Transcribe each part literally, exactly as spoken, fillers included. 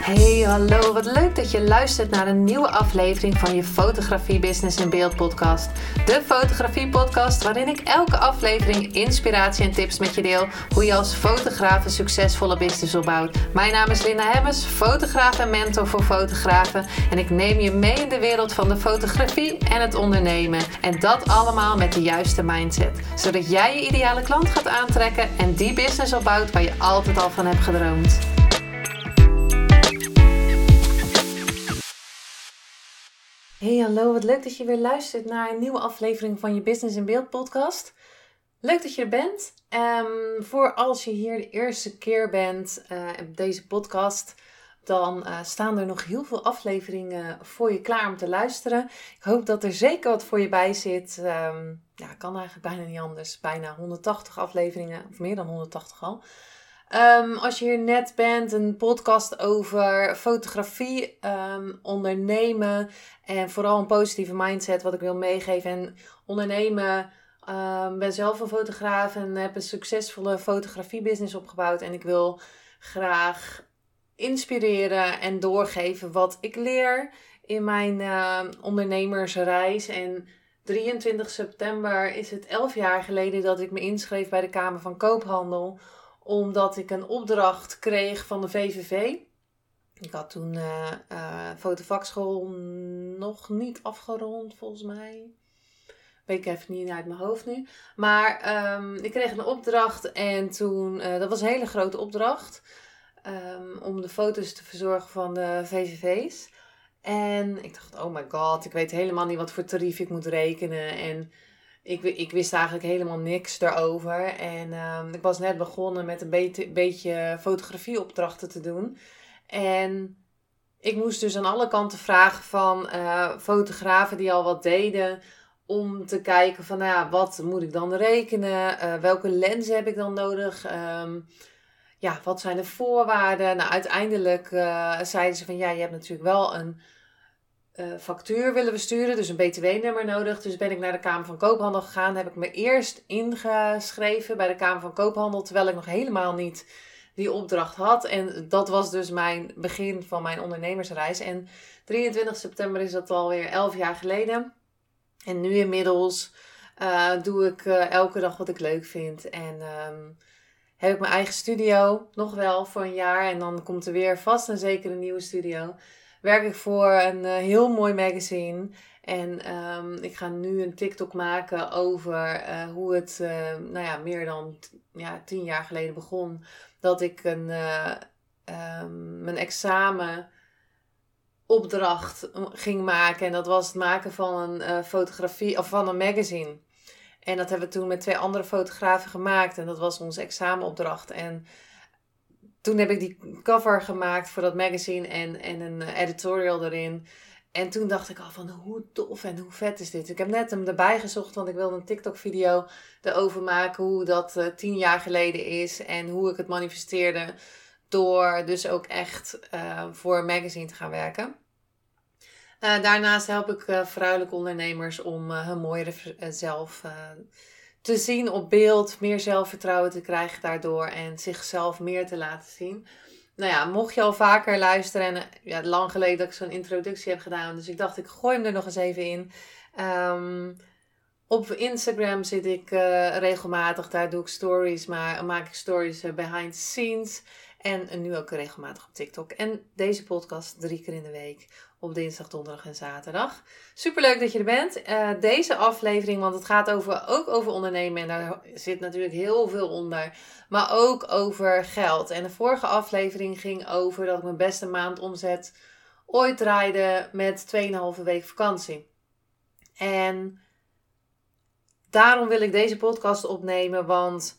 Hey, hallo. Wat leuk dat je luistert naar een nieuwe aflevering van je Fotografie Business in Beeld podcast. De fotografie podcast waarin ik elke aflevering inspiratie en tips met je deel hoe je als fotograaf een succesvolle business opbouwt. Mijn naam is Linda Hemmers, fotograaf en mentor voor fotografen. En ik neem je mee in de wereld van de fotografie en het ondernemen. En dat allemaal met de juiste mindset. Zodat jij je ideale klant gaat aantrekken en die business opbouwt waar je altijd al van hebt gedroomd. Hey, hallo. Wat leuk dat je weer luistert naar een nieuwe aflevering van je Business in Beeld podcast. Leuk dat je er bent. Um, voor als je hier de eerste keer bent uh, op deze podcast, dan uh, staan er nog heel veel afleveringen voor je klaar om te luisteren. Ik hoop dat er zeker wat voor je bij zit. Um, ja, kan eigenlijk bijna niet anders. Bijna honderdtachtig afleveringen, of meer dan honderdtachtig al. Um, als je hier net bent, een podcast over fotografie, um, ondernemen en vooral een positieve mindset wat ik wil meegeven. En ondernemen, ik um, ben zelf een fotograaf en heb een succesvolle fotografiebusiness opgebouwd. En ik wil graag inspireren en doorgeven wat ik leer in mijn uh, ondernemersreis. En drieëntwintig september is het elf jaar geleden dat ik me inschreef bij de Kamer van Koophandel, omdat ik een opdracht kreeg van de V V V. Ik had toen uh, uh, fotovakschool nog niet afgerond, volgens mij. Weet ik even niet uit mijn hoofd nu. Maar um, ik kreeg een opdracht en toen, uh, dat was een hele grote opdracht. Um, om de foto's te verzorgen van de V V V's. En ik dacht, oh my god, ik weet helemaal niet wat voor tarief ik moet rekenen. En Ik, ik wist eigenlijk helemaal niks daarover. En um, ik was net begonnen met een beetje, beetje fotografieopdrachten te doen. En ik moest dus aan alle kanten vragen van uh, fotografen die al wat deden, om te kijken van, nou ja, wat moet ik dan rekenen? Uh, welke lenzen heb ik dan nodig? Um, ja, wat zijn de voorwaarden? Nou, uiteindelijk uh, zeiden ze van, ja, je hebt natuurlijk wel een Uh, factuur willen we sturen, dus een B T W-nummer nodig. Dus ben ik naar de Kamer van Koophandel gegaan. Heb ik me eerst ingeschreven bij de Kamer van Koophandel, terwijl ik nog helemaal niet die opdracht had. En dat was dus mijn begin van mijn ondernemersreis. En drieëntwintig september is dat alweer elf jaar geleden. En nu inmiddels uh, doe ik uh, elke dag wat ik leuk vind. En um, heb ik mijn eigen studio, nog wel voor een jaar. En dan komt er weer vast en zeker een nieuwe studio. Werk ik voor een uh, heel mooi magazine. En um, ik ga nu een TikTok maken over uh, hoe het uh, nou ja, meer dan t- ja, tien jaar geleden begon. Dat ik een, uh, um, mijn examenopdracht ging maken. En dat was het maken van een uh, fotografie of van een magazine. En dat hebben we toen met twee andere fotografen gemaakt. En dat was onze examenopdracht. En toen heb ik die cover gemaakt voor dat magazine en, en een editorial erin. En toen dacht ik al van, hoe tof en hoe vet is dit? Ik heb net hem erbij gezocht, want ik wilde een TikTok-video erover maken hoe dat uh, tien jaar geleden is. En hoe ik het manifesteerde door dus ook echt uh, voor een magazine te gaan werken. Uh, daarnaast help ik uh, vrouwelijke ondernemers om uh, hun mooiere uh, zelf uh, te zien op beeld, meer zelfvertrouwen te krijgen daardoor en zichzelf meer te laten zien. Nou ja, mocht je al vaker luisteren en uh, ja, lang geleden dat ik zo'n introductie heb gedaan, dus ik dacht ik gooi hem er nog eens even in. Um, op Instagram zit ik uh, regelmatig, daar doe ik stories, maar maak ik stories uh, behind the scenes. En uh, nu ook regelmatig op TikTok. En deze podcast drie keer in de week. Op dinsdag, donderdag en zaterdag. Superleuk dat je er bent. Uh, deze aflevering, want het gaat over, ook over ondernemen. En daar zit natuurlijk heel veel onder. Maar ook over geld. En de vorige aflevering ging over dat ik mijn beste maandomzet ooit draaide met twee komma vijf week vakantie. En daarom wil ik deze podcast opnemen, want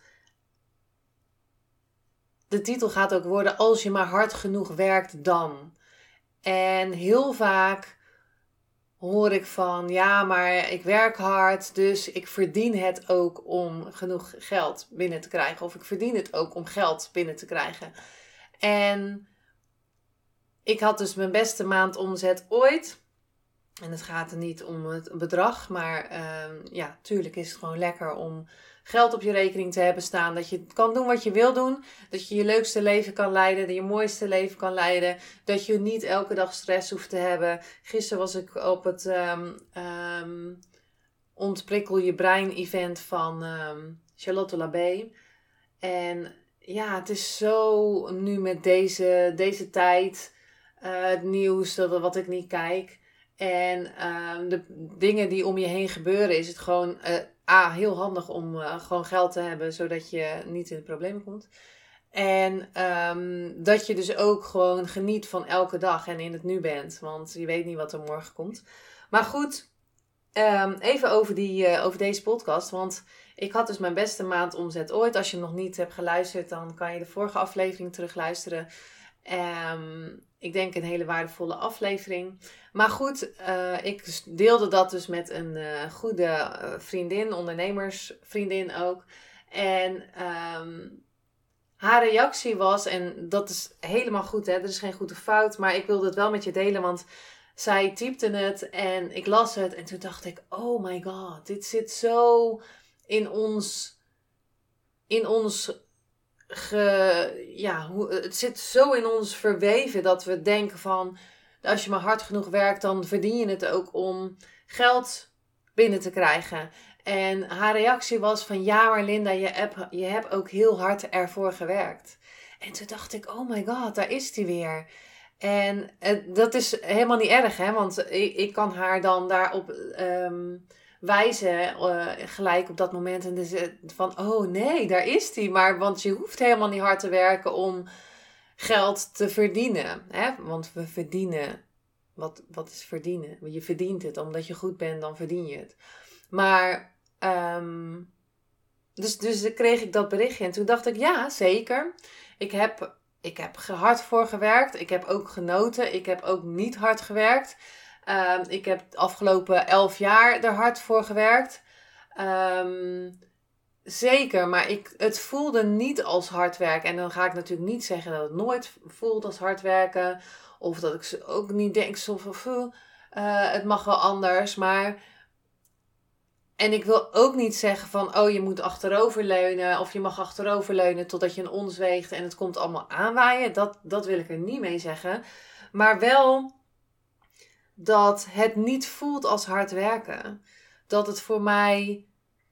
de titel gaat ook worden, als je maar hard genoeg werkt dan. En heel vaak hoor ik van, ja, maar ik werk hard, dus ik verdien het ook om genoeg geld binnen te krijgen. Of ik verdien het ook om geld binnen te krijgen. En ik had dus mijn beste maandomzet ooit En het gaat er niet om het bedrag, maar uh, ja, tuurlijk is het gewoon lekker om geld op je rekening te hebben staan. Dat je kan doen wat je wil doen. Dat je je leukste leven kan leiden, dat je mooiste leven kan leiden. Dat je niet elke dag stress hoeft te hebben. Gisteren was ik op het um, um, Ontprikkel je brein event van um, Charlotte Labé. En ja, het is zo nu met deze, deze tijd, uh, het nieuws, dat, wat ik niet kijk. En uh, de dingen die om je heen gebeuren, is het gewoon uh, A, heel handig om uh, gewoon geld te hebben, zodat je niet in de problemen komt. En um, dat je dus ook gewoon geniet van elke dag en in het nu bent. Want je weet niet wat er morgen komt. Maar goed, um, even over, die, uh, over deze podcast. Want ik had dus mijn beste maand omzet ooit. Als je hem nog niet hebt geluisterd, dan kan je de vorige aflevering terugluisteren. Um, ik denk een hele waardevolle aflevering. Maar goed, uh, ik deelde dat dus met een uh, goede vriendin, ondernemersvriendin ook. En um, haar reactie was, en dat is helemaal goed, hè, er is geen goede fout, maar ik wilde het wel met je delen, want zij typte het en ik las het en toen dacht ik, oh my god, dit zit zo in ons, in ons Ge, ja, hoe, het zit zo in ons verweven dat we denken van, als je maar hard genoeg werkt, dan verdien je het ook om geld binnen te krijgen. En haar reactie was van, ja maar Linda, je hebt, je hebt ook heel hard ervoor gewerkt. En toen dacht ik, oh my god, daar is die weer. En eh, dat is helemaal niet erg, hè, want ik, ik kan haar dan daarop Um, wijzen uh, gelijk op dat moment. En dus van, oh nee, daar is die. Maar, want je hoeft helemaal niet hard te werken om geld te verdienen. Hè? Want we verdienen. Wat, wat is verdienen? Je verdient het. Omdat je goed bent, dan verdien je het. Maar, um, dus, dus kreeg ik dat berichtje. En toen dacht ik, ja, zeker. Ik heb, ik heb hard voor gewerkt. Ik heb ook genoten. Ik heb ook niet hard gewerkt. Uh, ik heb de afgelopen elf jaar er hard voor gewerkt. Um, zeker, maar ik, het voelde niet als hard werken. En dan ga ik natuurlijk niet zeggen dat het nooit voelt als hard werken. Of dat ik ook niet denk, zo van, uh, het mag wel anders. Maar, en ik wil ook niet zeggen van, oh je moet achteroverleunen. Of je mag achteroverleunen totdat je een ons weegt en het komt allemaal aanwaaien. Dat, dat wil ik er niet mee zeggen. Maar wel dat het niet voelt als hard werken. Dat het voor mij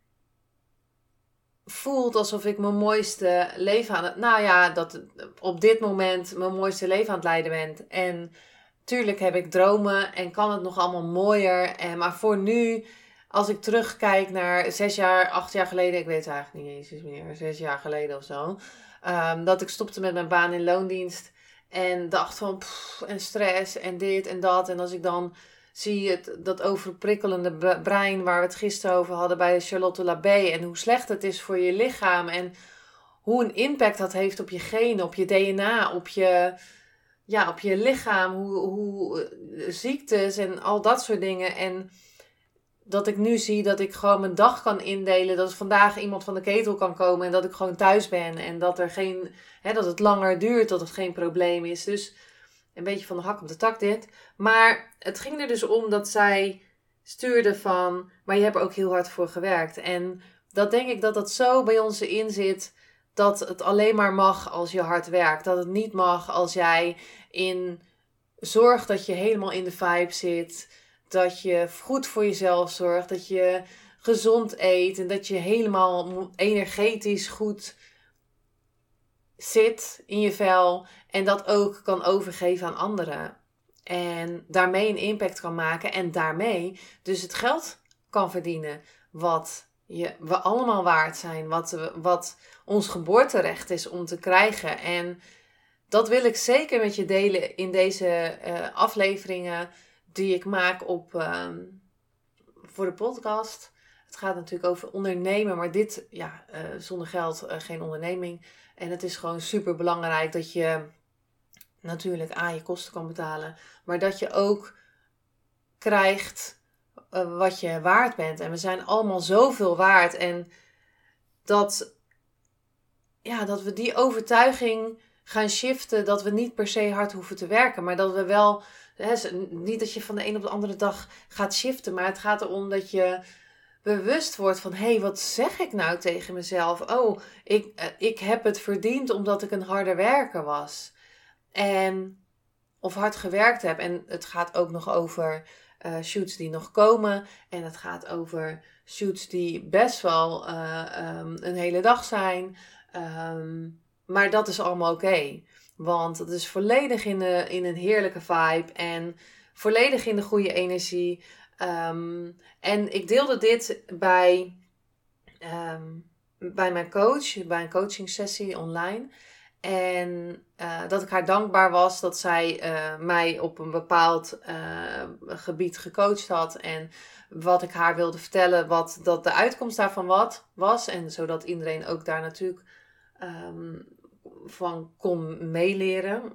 voelt alsof ik mijn mooiste leven aan het... Nou ja, dat op dit moment mijn mooiste leven aan het leiden ben. En tuurlijk heb ik dromen en kan het nog allemaal mooier. En, maar voor nu, als ik terugkijk naar zes jaar, acht jaar geleden... Ik weet het eigenlijk niet eens meer, zes jaar geleden of zo. Um, dat ik stopte met mijn baan in loondienst. En dacht van, pff, en stress en dit en dat. En als ik dan zie het, dat overprikkelende brein waar we het gisteren over hadden bij Charlotte Labé. En hoe slecht het is voor je lichaam. En hoe een impact dat heeft op je genen, op je D N A, op je, ja, op je lichaam. Hoe, hoe ziektes en al dat soort dingen. En dat ik nu zie dat ik gewoon mijn dag kan indelen. Dat vandaag iemand van de ketel kan komen en dat ik gewoon thuis ben. En dat, er geen, hè, dat het langer duurt, dat het geen probleem is. Dus een beetje van de hak op de tak dit. Maar het ging er dus om dat zij stuurde van, maar je hebt er ook heel hard voor gewerkt. En dat denk ik dat dat zo bij ons erin zit, dat het alleen maar mag als je hard werkt. Dat het niet mag als jij in zorg dat je helemaal in de vibe zit. Dat je goed voor jezelf zorgt. Dat je gezond eet. En dat je helemaal energetisch goed zit in je vel. En dat ook kan overgeven aan anderen. En daarmee een impact kan maken. En daarmee dus het geld kan verdienen. Wat je, we allemaal waard zijn. Wat, wat ons geboorterecht is om te krijgen. En dat wil ik zeker met je delen in deze uh, afleveringen die ik maak op, uh, voor de podcast. Het gaat natuurlijk over ondernemen, maar dit, ja, uh, zonder geld uh, geen onderneming. En het is gewoon super belangrijk dat je natuurlijk aan je kosten kan betalen, maar dat je ook krijgt uh, wat je waard bent. En we zijn allemaal zoveel waard. En dat, ja, dat we die overtuiging gaan shiften, dat we niet per se hard hoeven te werken, maar dat we wel niet dat je van de een op de andere dag gaat shiften, maar het gaat erom dat je bewust wordt van, hé, hey, wat zeg ik nou tegen mezelf? Oh, ik, ik heb het verdiend omdat ik een harde werker was. En, of hard gewerkt heb. En het gaat ook nog over uh, shoots die nog komen. En het gaat over shoots die best wel uh, um, een hele dag zijn. Um, maar dat is allemaal oké. Okay. Want het is volledig in, de, in een heerlijke vibe. En volledig in de goede energie. Um, en ik deelde dit bij, um, bij mijn coach. Bij een coaching sessie online. En uh, dat ik haar dankbaar was dat zij uh, mij op een bepaald uh, gebied gecoacht had. En wat ik haar wilde vertellen, wat dat de uitkomst daarvan wat was. En zodat iedereen ook daar natuurlijk um, van kon meeleren.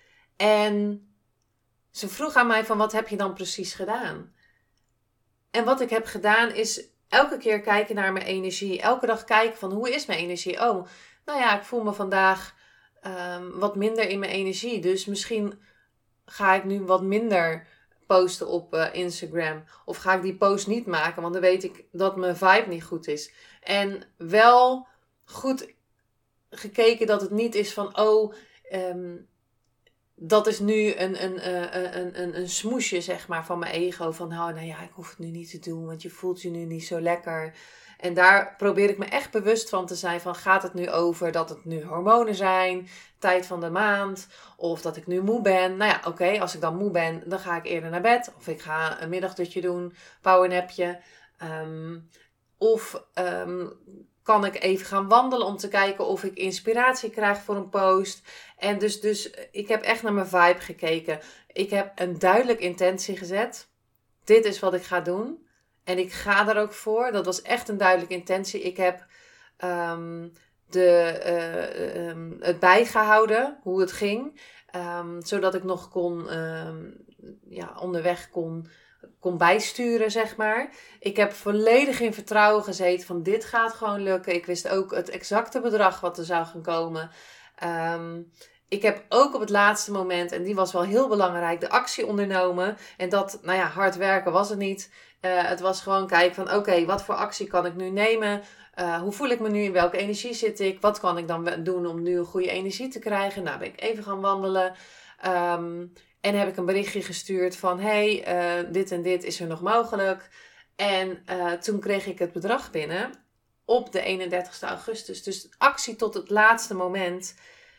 En ze vroeg aan mij van, wat heb je dan precies gedaan? En wat ik heb gedaan is elke keer kijken naar mijn energie. Elke dag kijken van, hoe is mijn energie? Oh, nou ja, ik voel me vandaag Um, wat minder in mijn energie. Dus misschien ga ik nu wat minder posten op uh, Instagram. Of ga ik die post niet maken. Want dan weet ik dat mijn vibe niet goed is. En wel goed gekeken dat het niet is van... Oh, um, dat is nu een, een, een, een, een, een smoesje, zeg maar, van mijn ego. Van, oh, nou ja, ik hoef het nu niet te doen. Want je voelt je nu niet zo lekker. En daar probeer ik me echt bewust van te zijn. Van, gaat het nu over dat het nu hormonen zijn? Tijd van de maand? Of dat ik nu moe ben? Nou ja, oké. Okay, als ik dan moe ben, dan ga ik eerder naar bed. Of ik ga een middagdutje doen. Powernapje. Um, of... Um, kan ik even gaan wandelen om te kijken of ik inspiratie krijg voor een post. En dus, dus ik heb echt naar mijn vibe gekeken. Ik heb een duidelijke intentie gezet. Dit is wat ik ga doen. En ik ga er ook voor. Dat was echt een duidelijke intentie. Ik heb um, de, uh, um, het bijgehouden, hoe het ging. Um, zodat ik nog kon, um, ja, onderweg kon... kon bijsturen, zeg maar. Ik heb volledig in vertrouwen gezeten van dit gaat gewoon lukken. Ik wist ook het exacte bedrag wat er zou gaan komen. Um, ik heb ook op het laatste moment, en die was wel heel belangrijk, de actie ondernomen. En dat, nou ja, hard werken was het niet. Uh, het was gewoon kijken van oké, okay, wat voor actie kan ik nu nemen? Uh, hoe voel ik me nu? In welke energie zit ik? Wat kan ik dan doen om nu een goede energie te krijgen? Nou, ben ik even gaan wandelen. Um, En heb ik een berichtje gestuurd van... Hey, uh, dit en dit is er nog mogelijk. En uh, toen kreeg ik het bedrag binnen. Op de eenendertigste augustus. Dus actie tot het laatste moment.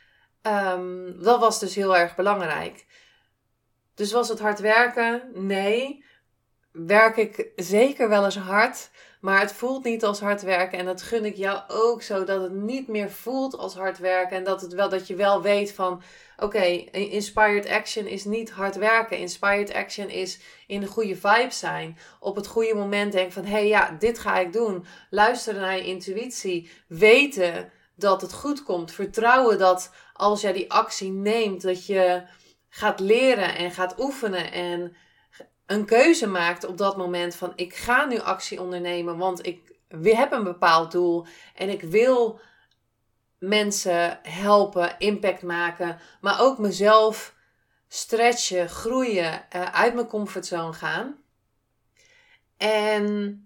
Um, dat was dus heel erg belangrijk. Dus was het hard werken? Nee. Werk ik zeker wel eens hard. Maar het voelt niet als hard werken. En dat gun ik jou ook zo. Dat het niet meer voelt als hard werken. En dat, het wel, dat je wel weet van... Oké, okay, inspired action is niet hard werken. Inspired action is in de goede vibe zijn. Op het goede moment denken van... Hé hey, ja, dit ga ik doen. Luisteren naar je intuïtie. Weten dat het goed komt. Vertrouwen dat als jij die actie neemt... Dat je gaat leren en gaat oefenen. En een keuze maakt op dat moment van... Ik ga nu actie ondernemen. Want ik heb een bepaald doel. En ik wil... mensen helpen, impact maken, maar ook mezelf stretchen, groeien, uh, uit mijn comfortzone gaan. En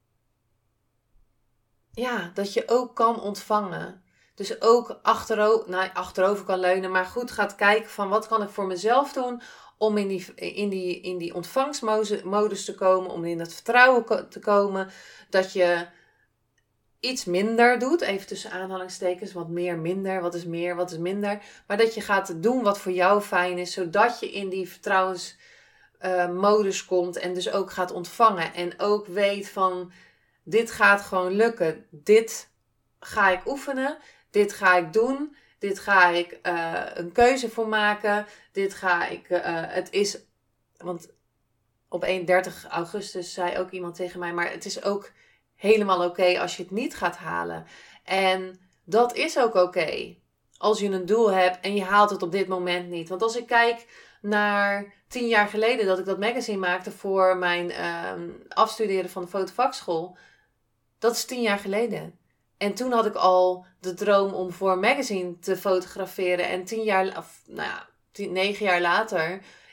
ja, dat je ook kan ontvangen. Dus ook achterover, nou, achterover kan leunen, maar goed gaat kijken van wat kan ik voor mezelf doen om in die, in die, in die ontvangstmodus te komen, om in het vertrouwen te komen, dat je iets minder doet, even tussen aanhalingstekens, wat meer, minder, wat is meer, wat is minder. Maar dat je gaat doen wat voor jou fijn is, zodat je in die vertrouwensmodus uh, komt en dus ook gaat ontvangen. En ook weet van, dit gaat gewoon lukken. Dit ga ik oefenen, dit ga ik doen, dit ga ik uh, een keuze voor maken, dit ga ik, uh, het is, want op eenendertig augustus zei ook iemand tegen mij, maar het is ook helemaal oké okay als je het niet gaat halen. En dat is ook oké. Okay. Als je een doel hebt en je haalt het op dit moment niet. Want als ik kijk naar tien jaar geleden dat ik dat magazine maakte voor mijn uh, afstuderen van de fotovakschool. Dat is tien jaar geleden. En toen had ik al de droom om voor een magazine te fotograferen. En tien jaar, of nou ja, tien, negen jaar later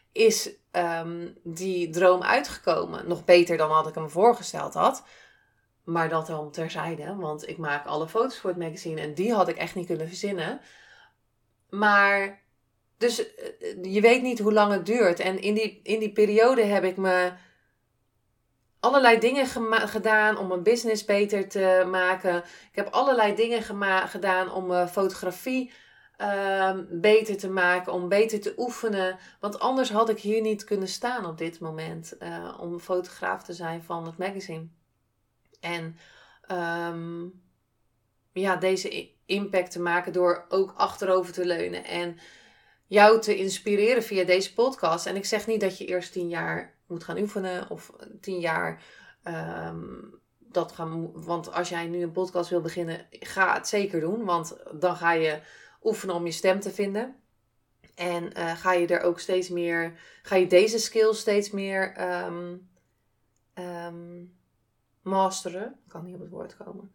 is um, die droom uitgekomen. Nog beter dan wat ik hem voorgesteld had. Maar dat dan terzijde, want ik maak alle foto's voor het magazine en die had ik echt niet kunnen verzinnen. Maar, dus je weet niet hoe lang het duurt. En in die, in die periode heb ik me allerlei dingen gema- gedaan om mijn business beter te maken. Ik heb allerlei dingen gema- gedaan om mijn fotografie uh, beter te maken, om beter te oefenen. Want anders had ik hier niet kunnen staan op dit moment, uh, om fotograaf te zijn van het magazine. En um, ja, deze impact te maken door ook achterover te leunen en jou te inspireren via deze podcast. En ik zeg niet dat je eerst tien jaar moet gaan oefenen of tien jaar um, dat gaan. Want als jij nu een podcast wil beginnen, ga het zeker doen. Want dan ga je oefenen om je stem te vinden. En uh, ga je er ook steeds meer, ga je deze skills steeds meer um, um, masteren. Ik kan niet op het woord komen.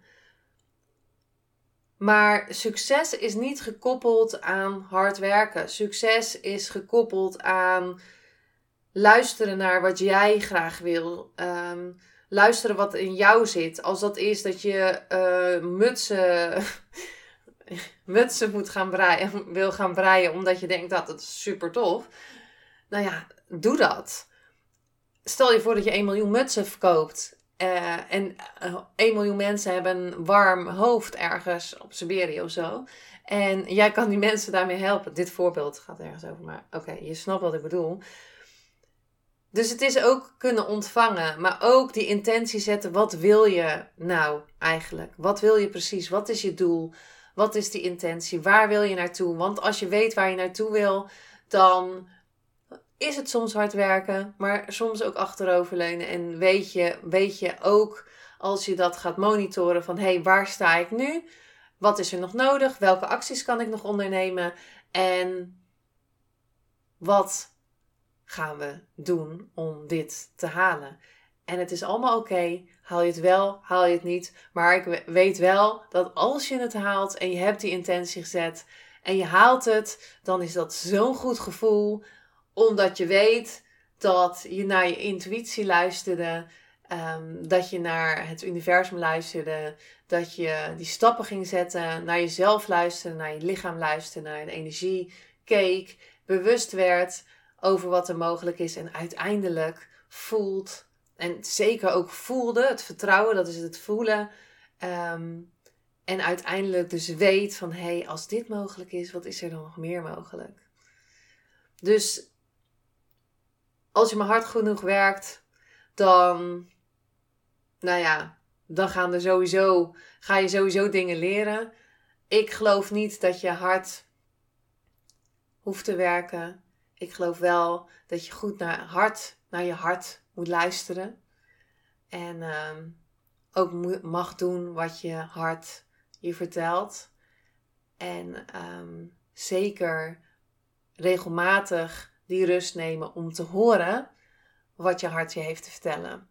Maar succes is niet gekoppeld aan hard werken. Succes is gekoppeld aan luisteren naar wat jij graag wil. Um, luisteren wat in jou zit. Als dat is dat je uh, mutsen, mutsen moet gaan breien, wil gaan breien omdat je denkt dat het is super tof. Nou ja, doe dat. Stel je voor dat je één miljoen mutsen verkoopt. Uh, en uh, één miljoen mensen hebben een warm hoofd ergens op Siberië of zo. En jij kan die mensen daarmee helpen. Dit voorbeeld gaat ergens over, maar oké, okay, je snapt wat ik bedoel. Dus het is ook kunnen ontvangen, maar ook die intentie zetten. Wat wil je nou eigenlijk? Wat wil je precies? Wat is je doel? Wat is die intentie? Waar wil je naartoe? Want als je weet waar je naartoe wil, dan is het soms hard werken, maar soms ook achteroverleunen. En weet je, weet je ook, als je dat gaat monitoren, van hé, hey, waar sta ik nu? Wat is er nog nodig? Welke acties kan ik nog ondernemen? En wat gaan we doen om dit te halen? En het is allemaal oké. Okay. Haal je het wel, haal je het niet. Maar ik weet wel dat als je het haalt en je hebt die intentie gezet en je haalt het, dan is dat zo'n goed gevoel. Omdat je weet dat je naar je intuïtie luisterde. Um, dat je naar het universum luisterde. Dat je die stappen ging zetten. Naar jezelf luisterde. Naar je lichaam luisterde. Naar de energie keek. Bewust werd over wat er mogelijk is. En uiteindelijk voelt. En zeker ook voelde. Het vertrouwen, dat is het voelen. Um, en uiteindelijk dus weet van, hé, hey, als dit mogelijk is, wat is er dan nog meer mogelijk? Dus als je maar hard genoeg werkt, dan, nou ja, dan gaan er sowieso, ga je sowieso dingen leren. Ik geloof niet dat je hard hoeft te werken. Ik geloof wel dat je goed naar, hard, naar je hart moet luisteren. En um, ook mo- mag doen wat je hart je vertelt. En um, zeker regelmatig die rust nemen om te horen wat je hart je heeft te vertellen.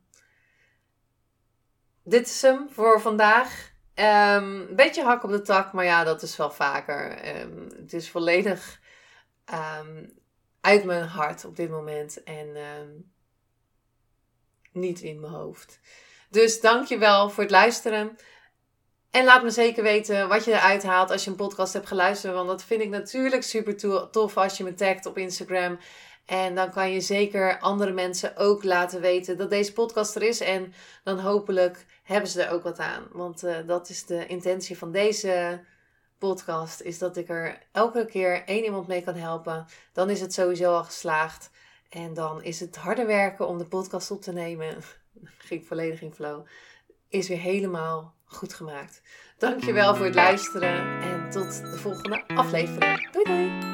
Dit is hem voor vandaag. Um, een beetje hak op de tak, maar ja, dat is wel vaker. Um, het is volledig um, uit mijn hart op dit moment en um, niet in mijn hoofd. Dus dankjewel voor het luisteren. En laat me zeker weten wat je eruit haalt als je een podcast hebt geluisterd. Want dat vind ik natuurlijk super tof als je me tagt op Instagram. En dan kan je zeker andere mensen ook laten weten dat deze podcast er is. En dan hopelijk hebben ze er ook wat aan. Want uh, dat is de intentie van deze podcast. Is dat ik er elke keer één iemand mee kan helpen. Dan is het sowieso al geslaagd. En dan is het harde werken om de podcast op te nemen. Ging volledig in flow. Is weer helemaal goed gemaakt. Dankjewel voor het luisteren. En tot de volgende aflevering. Doei doei!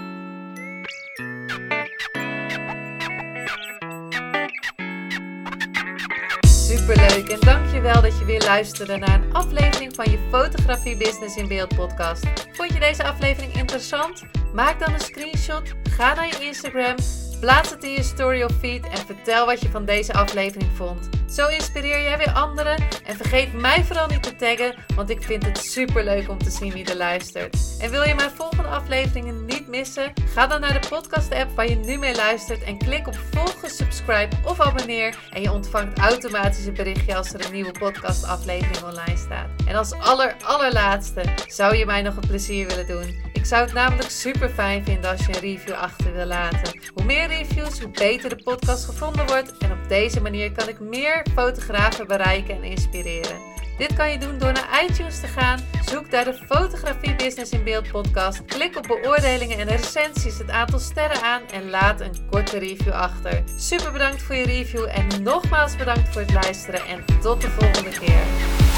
Superleuk en dankjewel dat je weer luisterde naar een aflevering van je Fotografie Business in Beeld podcast. Vond je deze aflevering interessant? Maak dan een screenshot, ga naar je Instagram, plaats het in je story of feed en vertel wat je van deze aflevering vond. Zo inspireer jij weer anderen. En vergeet mij vooral niet te taggen, want ik vind het super leuk om te zien wie er luistert. En wil je mijn volgende afleveringen niet missen? Ga dan naar de podcast app waar je nu mee luistert en klik op volgen, subscribe of abonneer. En je ontvangt automatisch een berichtje als er een nieuwe podcast aflevering online staat. En als aller allerlaatste zou je mij nog een plezier willen doen. Ik zou het namelijk super fijn vinden als je een review achter wil laten. Hoe meer reviews, hoe beter de podcast gevonden wordt. En op deze manier kan ik meer fotografen bereiken en inspireren. Dit kan je doen door naar iTunes te gaan. Zoek daar de Fotografie Business in Beeld podcast. Klik op beoordelingen en recensies, het aantal sterren aan en laat een korte review achter. Super bedankt voor je review en nogmaals bedankt voor het luisteren en tot de volgende keer.